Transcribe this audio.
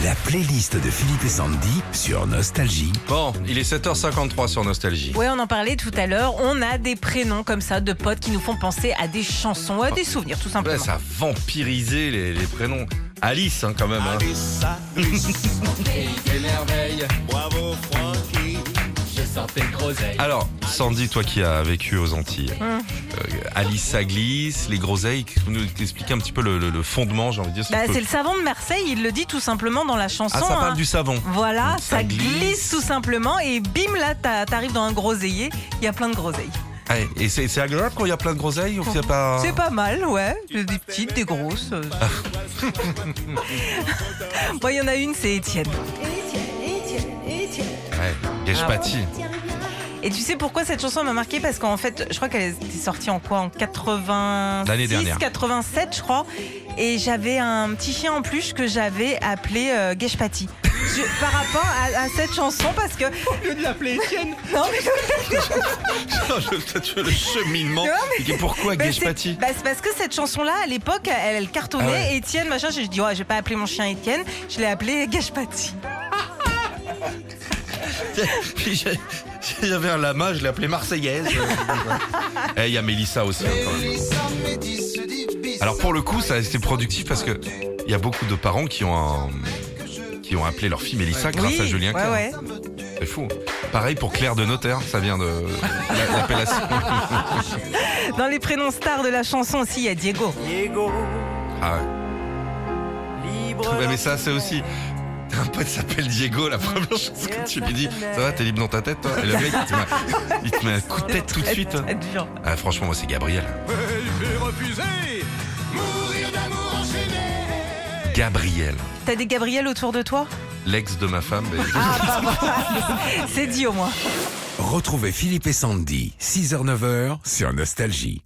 La playlist de Philippe et Sandy sur Nostalgie. Bon, il est 7h53 sur Nostalgie. Ouais, on en parlait tout à l'heure. On a des prénoms comme ça de potes qui nous font penser à des chansons, à des souvenirs, tout simplement. Ouais, ça a vampirisé les prénoms. Alice, quand même. Des merveilles. Bravo Francky. Je sentais le groseille. Alors, Sandy, toi qui as vécu aux Antilles, Alice, ça glisse, les groseilles, vous nous expliquez un petit peu le fondement, j'ai envie de dire. C'est le savon de Marseille, il le dit tout simplement dans la chanson. Ah, ça parle du savon. Voilà, Donc, ça glisse tout simplement et bim, là, t'arrives dans un groseillier, il y a plein de groseilles. Ah, et c'est agréable quand il y a plein de groseilles ou c'est pas... C'est pas mal, ouais. Des petites, des grosses. Bon, il y en a une, c'est Étienne. Ouais, Geshpati. Et tu sais pourquoi cette chanson m'a marqué? Parce qu'en fait, je crois qu'elle était sortie en quoi? En 86, L'année dernière. 87, je crois. Et j'avais un petit chien en peluche que j'avais appelé Geshpati. Par rapport à cette chanson, parce que... Au lieu de l'appeler Étienne. Non, mais... Tu le cheminement. Non, mais... Pourquoi Geshpati? C'est parce que cette chanson-là, à l'époque, elle cartonnait. Ah ouais. Étienne, machin. J'ai dit, ouais, je vais pas appeler mon chien Étienne. Je l'ai appelé Geshpati. Puis j'avais un lama, je l'ai appelé Marseillaise. Et il y a Mélissa aussi. Alors pour le coup, ça c'est productif parce que il y a beaucoup de parents qui ont appelé leur fille Mélissa grâce à Julien Clerc. Ouais. C'est fou. Pareil pour Claire de Notaire, ça vient de l'appellation. Dans les prénoms stars de la chanson aussi, il y a Diego. Ah ouais. Libre. Ouais, mais ça c'est aussi... Un pote s'appelle Diego, la première chose que tu lui dis, ça va, t'es libre dans ta tête, toi? Et le mec, il te met un coup de tête tout de suite. Très dur. Ah, franchement, moi, c'est Gabriel. Mourir d'amour enchaîné. Gabriel, T'as des Gabriel autour de toi? l'ex de ma femme. C'est dit au moins. Retrouvez Philippe et Sandy, 6h-9h sur Nostalgie.